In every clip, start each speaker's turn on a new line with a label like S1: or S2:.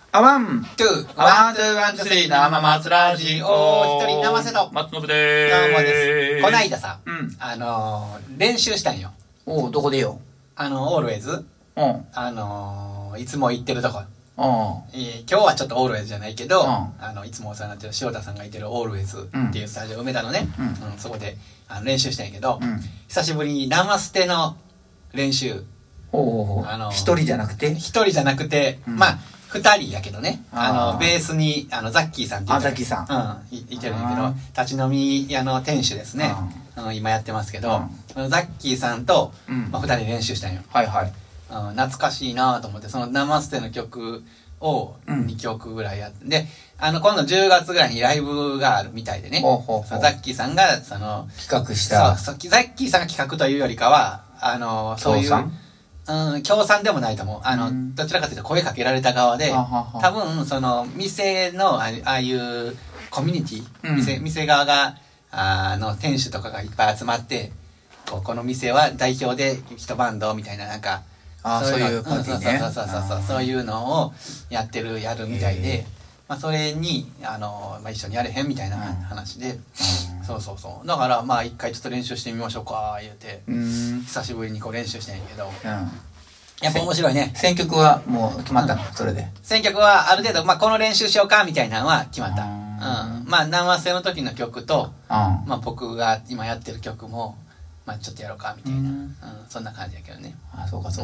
S1: ワン、
S2: ツー、ワン、ツー、ワン、ツー、スリー、生松ラジオ。一人生瀬と。
S1: 松信で
S2: どう
S1: ーす。
S2: もです。こないださ、
S1: うん。
S2: 練習したんよ。
S1: おう、どこでよ。
S2: オールウェイズ
S1: うん。
S2: いつも行ってるとこ。
S1: うん。
S2: 今日はちょっとオールウェイズじゃないけど、
S1: う
S2: いつもお世話になってる塩田さんがいてるオールウェイズっていうスタジオ、梅田のね、そこで練習したんやけど、久しぶりに生捨ての練習。
S1: おう、一人じゃなくて
S2: 一人じゃなくて、まあ、二人やけどね、ベースに、ザッキーさんっていう。
S1: ザッキーさ
S2: ん。いてるんやけど、立ち飲み屋の店主ですね。今やってますけど、ザッキーさんと、二人練習したんよ。
S1: はいはい。
S2: 懐かしいなと思って、その生捨ての曲を2曲ぐらいやって、で、今度10月ぐらいにライブがあるみたいでね、ザッキーさんが、企
S1: 画した。
S2: ザッキーさんが企画というよりかは、そういう、協賛でもないと思う。どちらかというと声かけられた側で、多分、店の、ああいうコミュニティ、店側が、店主とかがいっぱい集まって、この店は代表で一バンドみたいな、なんか、
S1: そういうパーティーね。
S2: そういうのをやるみたいで、それに、一緒にやれへんみたいな話で、そう。だから、一回ちょっと練習してみましょうか、言うて、久しぶりに練習してんやけど、やっぱ面白いね。
S1: 選曲はもう決まったの？それで。
S2: 選曲はある程度、この練習しようか、みたいなのは決まった。生瀬の時の曲と、僕が今やってる曲も、ちょっとやろうか、みたいな。そんな感じやけどね。
S1: そうか。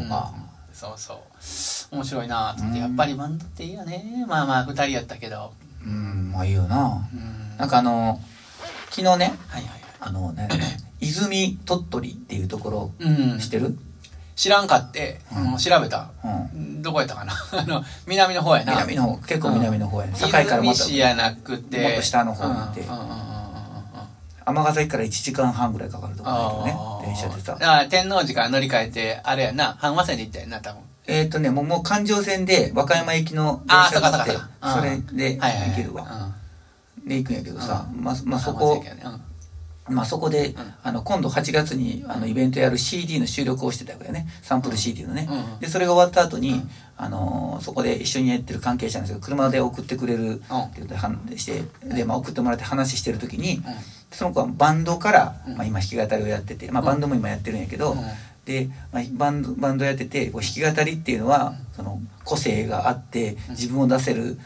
S2: 面白いなと思って、やっぱりバンドっていいよね。二人やったけど。
S1: いいよな。なんか昨日ね、泉鳥取っていうところ、知ってる？
S2: 知らんかって、調べた。どこやったかな南の方やな。
S1: 南の方、結構南の方やね。
S2: 境からまた。泉市やなくて。
S1: もっと下の方に行って。尼崎から1時間半ぐらいかかるところだけどね、電車でさ。
S2: 天王寺から乗り換えて、あれやな、阪和線で行ったやんな、多分。
S1: もう環状線で和歌山行きの電車があって、それで行けるわ。で行くんやけどさ、そこで、今度8月にイベントやる CD の収録をしてたわけだよね。サンプル CD のね。で、それが終わった後に、そこで一緒にやってる関係者なんですけど、車で送ってくれるって言ってして、で、送ってもらって話してる時に、その子はバンドから、今弾き語りをやってて、バンドも今やってるんやけど、で、バンドやってて、弾き語りっていうのは、個性があって、自分を出せる、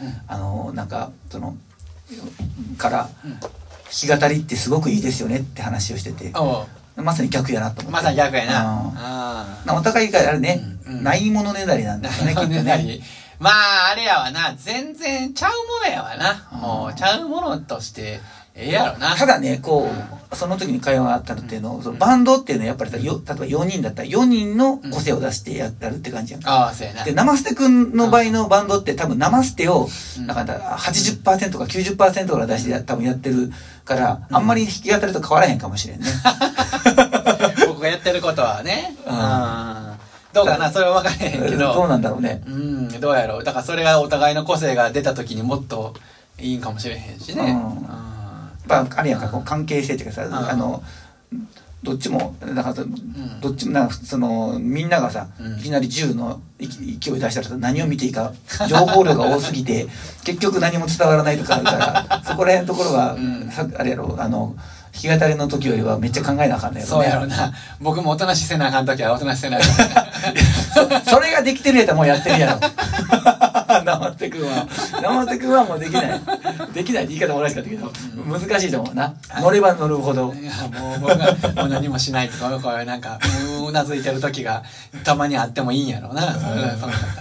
S1: から、弾き語りってすごくいいですよねって話をしてて、まさに逆やなと思って。
S2: まさに逆やな。
S1: お互いがあれね、ないものねだりなんだよね、きっとね。
S2: あれやわな、全然ちゃうものやわな。もうちゃうものとしてやろな。
S1: ただね、その時に会話があったのっていうの、バンドっていうのはやっぱり例えば4人だったら4人の個性を出してやるって感じやん。
S2: そうやな。
S1: で、生捨てくんの場合のバンドって多分生捨てを、80% か 90% から出して多分やってるから、あんまり弾き語りと変わらへんかもしれんね。
S2: 僕がやってることはね。どうかな、それは分からへんけど。
S1: どうなんだろうね。
S2: どうやろう。だからそれがお互いの個性が出た時にもっといいんかもしれへんしね。
S1: あれやんか、関係性っていうかさ、どっちも、どっちも、みんながさ、いきなり銃の勢い出したらさ、何を見ていいか、情報量が多すぎて、結局何も伝わらないとかあるから、そこら辺のところは、あれやろ、弾き語りの時よりはめっちゃ考えなあかんねやろね。
S2: そうやろな。僕もおとなしせなあかん時はおとなしせなあかん。
S1: それができてるやったらもうやってるやろ。生瀬くんはもうできない。できないって言い方もらしかったけど、難しいと思うな。乗れば乗るほど。
S2: いや、もう僕がもう何もしないとか、これなんか、うなずいてる時がたまにあってもいいんやろうな。そうだ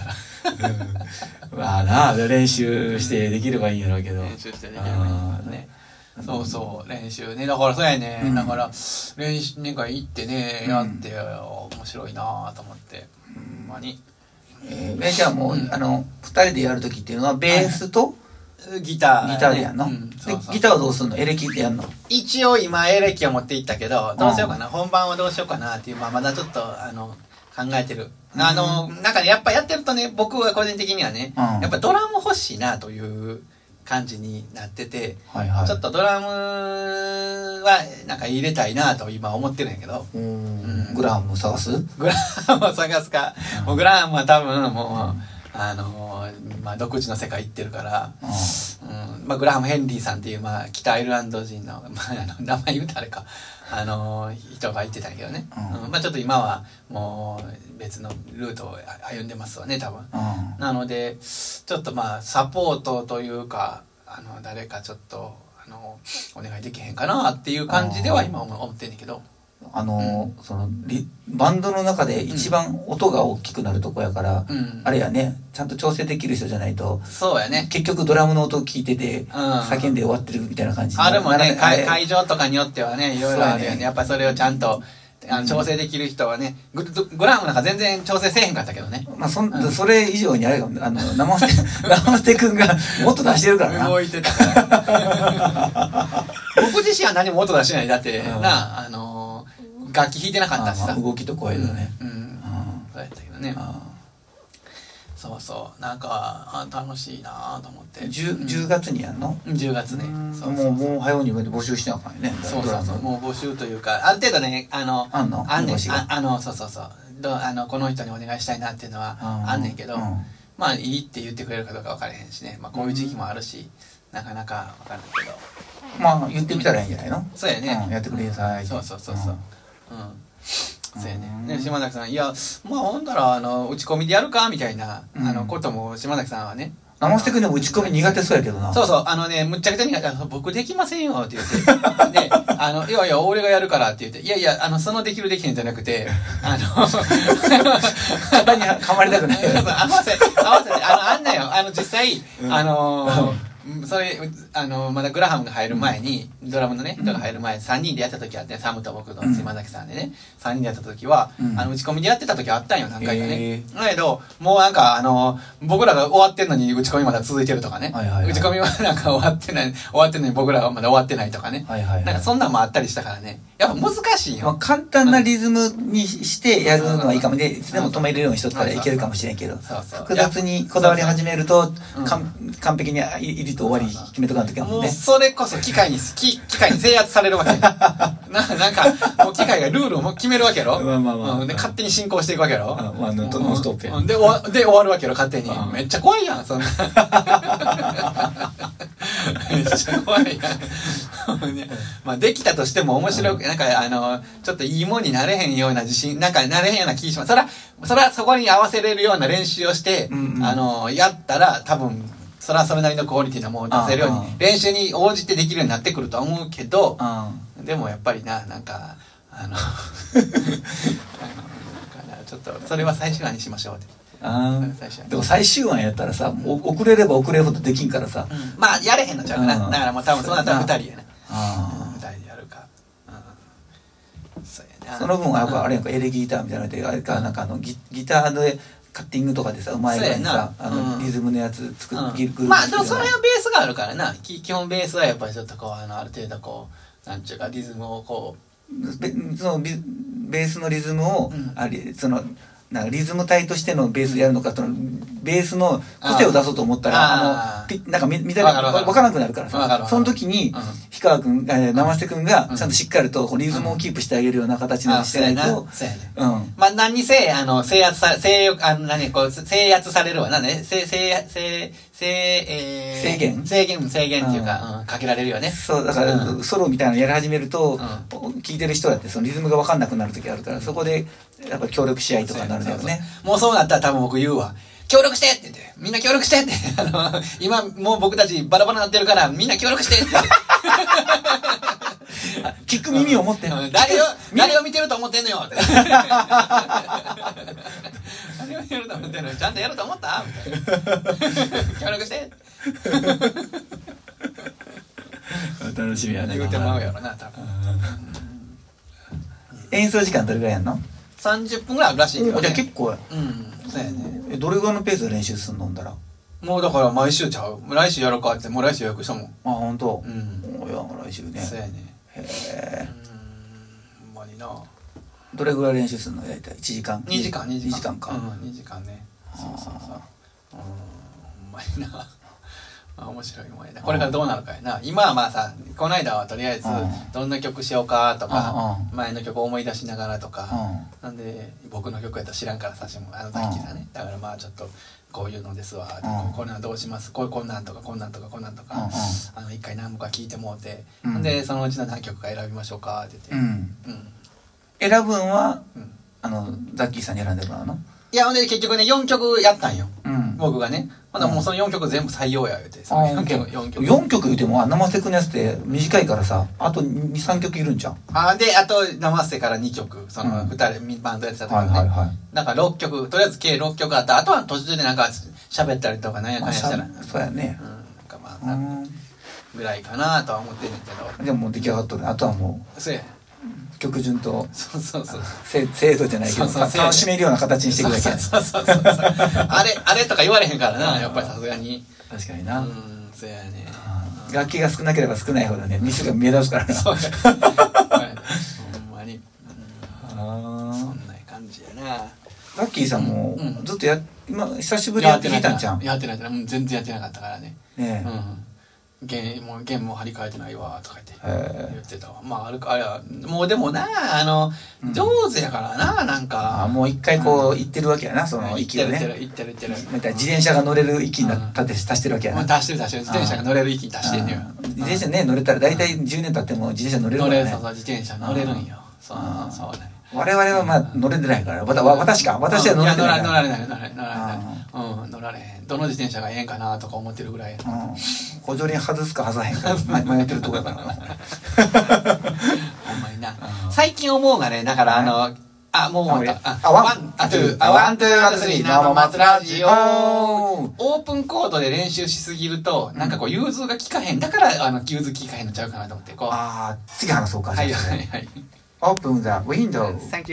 S2: ったら。
S1: 練習してできればいいんやろうけど。
S2: 練習してできればいいんやろうね。練習ね。だからそうやね。だから、練習なんか行ってね、やって、面白いなと思って。ほんまに。
S1: じゃあもう、2人でやるときっていうのは、ベースと
S2: ギター
S1: でやんの？ギターはどうすんの？エレキでやんの？
S2: 一応今エレキを持って行ったけど、どうしようかな。本番はどうしようかなっていう、まだちょっと、考えてる。なんかね、やっぱやってるとね、僕は個人的にはね、やっぱドラム欲しいなという感じになってて、ちょっとドラムはなんか入れたいなと今思ってるんやけど。
S1: グラハム探す？
S2: グラハムを探すか。もうグラハムは多分もう、 まあ、独自の世界行ってるから、まあ、グラハム・ヘンリーさんっていう、まあ、北アイルランド人の、まあ、名前言うとあれか、人が言ってたんやけどね、まあ、ちょっと今はもう別のルートを歩んでますわね多分、なのでちょっとまあサポートというか誰かちょっとお願いできへんかなっていう感じでは今思ってんねんけど、
S1: そのバンドの中で一番音が大きくなるとこやから、あれやね、ちゃんと調整できる人じゃないと、
S2: そうやね、
S1: 結局ドラムの音を聞いてて、叫んで終わってるみたいな感じ
S2: あるもんね、会場とかによってはねいろいろあるよね、やっぱそれをちゃんと調整できる人はね、グラハムなんか全然調整せえへんかったけどね、
S1: まあそれ以上にあれが生捨てくんがもっと出してるからな、
S2: 動いてたから僕自身は何も音出してない、だってな楽器弾いてなかったしさ、
S1: 動きと声のね、
S2: そうやったけどね、そうそうなんか楽しいなと思って。
S1: 10月にやんの
S2: ？10月ね。
S1: もう早うに募集してなあかんよね。
S2: そうもう募集というかある程度ねあんねん、そうこの人にお願いしたいなっていうのはあんねんけど、まあいいって言ってくれるかどうか分からへんしね、まあこういう時期もあるしなかなか分からんけど、
S1: まあ言ってみたらいいんじゃないの。
S2: そうやね、
S1: やってくれさい。
S2: そうそうやね。島崎さん、いやまあほんだら打ち込みでやるかみたいなことも島崎さんはね、
S1: 生捨てくんでも打ち込み苦手そうやけどな。
S2: そうむっちゃくちゃ苦手、僕できませんよって言ってでいやいや俺がやるからって言って、いやいやそのできるできへんじゃなくて
S1: 肩に噛まれたくない
S2: 合わせあんなよ実際それまだグラハムが入る前に、ドラムのね人が入る前に3人でやった時あって、サムと僕と島崎さんでね3人でやった時は打ち込みでやってた時あったんよ、何回かね。だけどもうなんか僕らが終わってんのに打ち込みまだ続いてるとかね、打ち込みはなんか終わってんのに僕らがまだ終わってないとかね、なんかそんなんもあったりしたからね、やっぱ難しいよ。
S1: 簡単なリズムにしてやるのはいいかもね、いつでも止めれるようにしとったらいけるかもしれんけど、複雑にこだわり始めると完璧に入りと終わり決めとかんときはもうね、
S2: それこそ機械に制圧されるわけなんかもう機械がルールを決めるわけやろ、で勝手に進行していくわけやろ、
S1: ノンストップや
S2: で終わるわけやろ勝手に。めっちゃ怖いやんそんなめっちゃ怖いやんまあできたとしても面白くなんかちょっといいもんになれへんような自信なんかなれへんような気します。そらそこに合わせれるような練習をしてやったら多分それはそれなりのクオリティなものを出せるように練習に応じてできるようになってくるとは思うけど、でもやっぱりなんかちょっとそれは最終案にしましょうって。
S1: でも最終案やったらさ、遅れれば遅れるほどできんからさ、
S2: まあやれへんのちゃうかな。だからもう多分そうなったら2人やな、2人でやるか。
S1: その分はやっぱあれやんか、エレギターみたいなのであれか、なんかギターでカッティングとかでさ、うまい具合にさリズムのやつ作って
S2: まあでもその辺はベースがあるからな。基本ベースはやっぱりちょっとこうある程度こうなんちゅうかリズムをこう
S1: そのベースのリズムをなんかリズム体としてのベースでやるのか、ベースの個性を出そうと思ったらなんか見たら分からなくなるからさ、その時に氷川君生捨て君がちゃんとしっかりとリズムをキープしてあげるような形にしてないと、
S2: まあ何にせ制圧されるわなね、制限っていうかかけられるよね。
S1: そうだからソロみたいなのやり始めると聴いてる人だってそのリズムが分かんなくなる時あるから、そこでやっぱ協力し合いとかになるんだよね。
S2: もうそうなったら多分僕言うわ、協力してって言って、みんな協力してって今もう僕たちバラバラになってるからみんな協力してって
S1: 聞く耳を持って
S2: 誰を見てると思ってんのよって誰を見てると思ってんのよ、ちゃんとやると思ったみたいな協力して
S1: 楽しみやね。
S2: 言うてまうやろな多分。
S1: 演奏時間どれぐらいやんの
S2: ？30分ぐらいあるらしいけどね。
S1: じゃあ結構や。
S2: そうやね。
S1: どれぐらいのペースで練習すんのんだら。
S2: もうだから毎週ちゃう。来週やろうかって、もう来週予約したもん。
S1: 本当。いや来週ね。
S2: そうやね。
S1: へえ。
S2: ほんまにな。
S1: どれぐらい練習するの大体1時間
S2: ？2時間か。
S1: 2
S2: 時間ね。そうほんまにな。面白いもんやな。これからどうなるかやな。今はまあさ、この間はとりあえずどんな曲しようかとか、前の曲を思い出しながらとか、なんで僕の曲やったら知らんからさしも大好きだね。だからまあちょっとこういうのですわ、こんなんどうします、こんなんとかこんなんとかこんなんとか、一回何本か聞いてもうて、でそのうちの何曲か選びましょうかって言って、
S1: 選ぶんはザッキーさんに選んでもらうの？
S2: いや、ほんで結局ね、4曲やったんよ。僕がね。ほんでもうその4曲全部採用や言うて。4
S1: 曲言うても、生瀬くんのやつって短いからさ、あと2、3曲いるんじゃん。
S2: で、あと生瀬から2曲、その2人、バンドやってた時にね。だから6曲、とりあえず計6曲あった。あとは途中でなんか喋ったりとかなんやかんやしたら。
S1: そうやね。
S2: なんかまあ、ぐらいかなとは思ってんねんけど。
S1: でももう出来上がっとる。あとはもう。
S2: そうや。
S1: 曲順と
S2: そう
S1: 制度じゃないけど楽しめるような形にしてくだけ
S2: あれとか言われへんからな、やっぱりさすがに。
S1: 確かにな。
S2: そうやね。
S1: 楽器が少なければ少ないほどねミスが目立つからな。
S2: そうやほんまにそんな感じやな。
S1: ザッキーさんもずっと今久しぶりにやってきたんちゃん？
S2: やってない全然やってなかったからね。
S1: ね
S2: 弦も張り替えてないわとか言ってたわ。まああれはもうでもな上手やからな、なんか
S1: もう一回こう行ってるわけやな、その域をね。
S2: 行ってる
S1: なんか自転車が乗れる域に足してるわけやな。
S2: 足してる自転車が乗れる域に足してんのよ。
S1: 自転車ね乗れたら大体10年経っても自転車乗れるからね。
S2: そう自転車乗れるんよ。そうね。
S1: 我々はまあ乗れてないから私は乗れてない。
S2: 乗られない。乗られへん。どの自転車がええんかなとか思ってるぐらい。
S1: 補助輪外すか外さへんか迷ってるとこやからな。ほ
S2: んまにな。最近思うがね、だからもう終わった。ワン、ツー、スリー、生松ラジオ。オープンコードで練習しすぎると、なんかこう、融通が効かへん。だから、融通効かへんのちゃうかなと思って、こう。
S1: 次話そうか。
S2: はい。
S1: Open the window.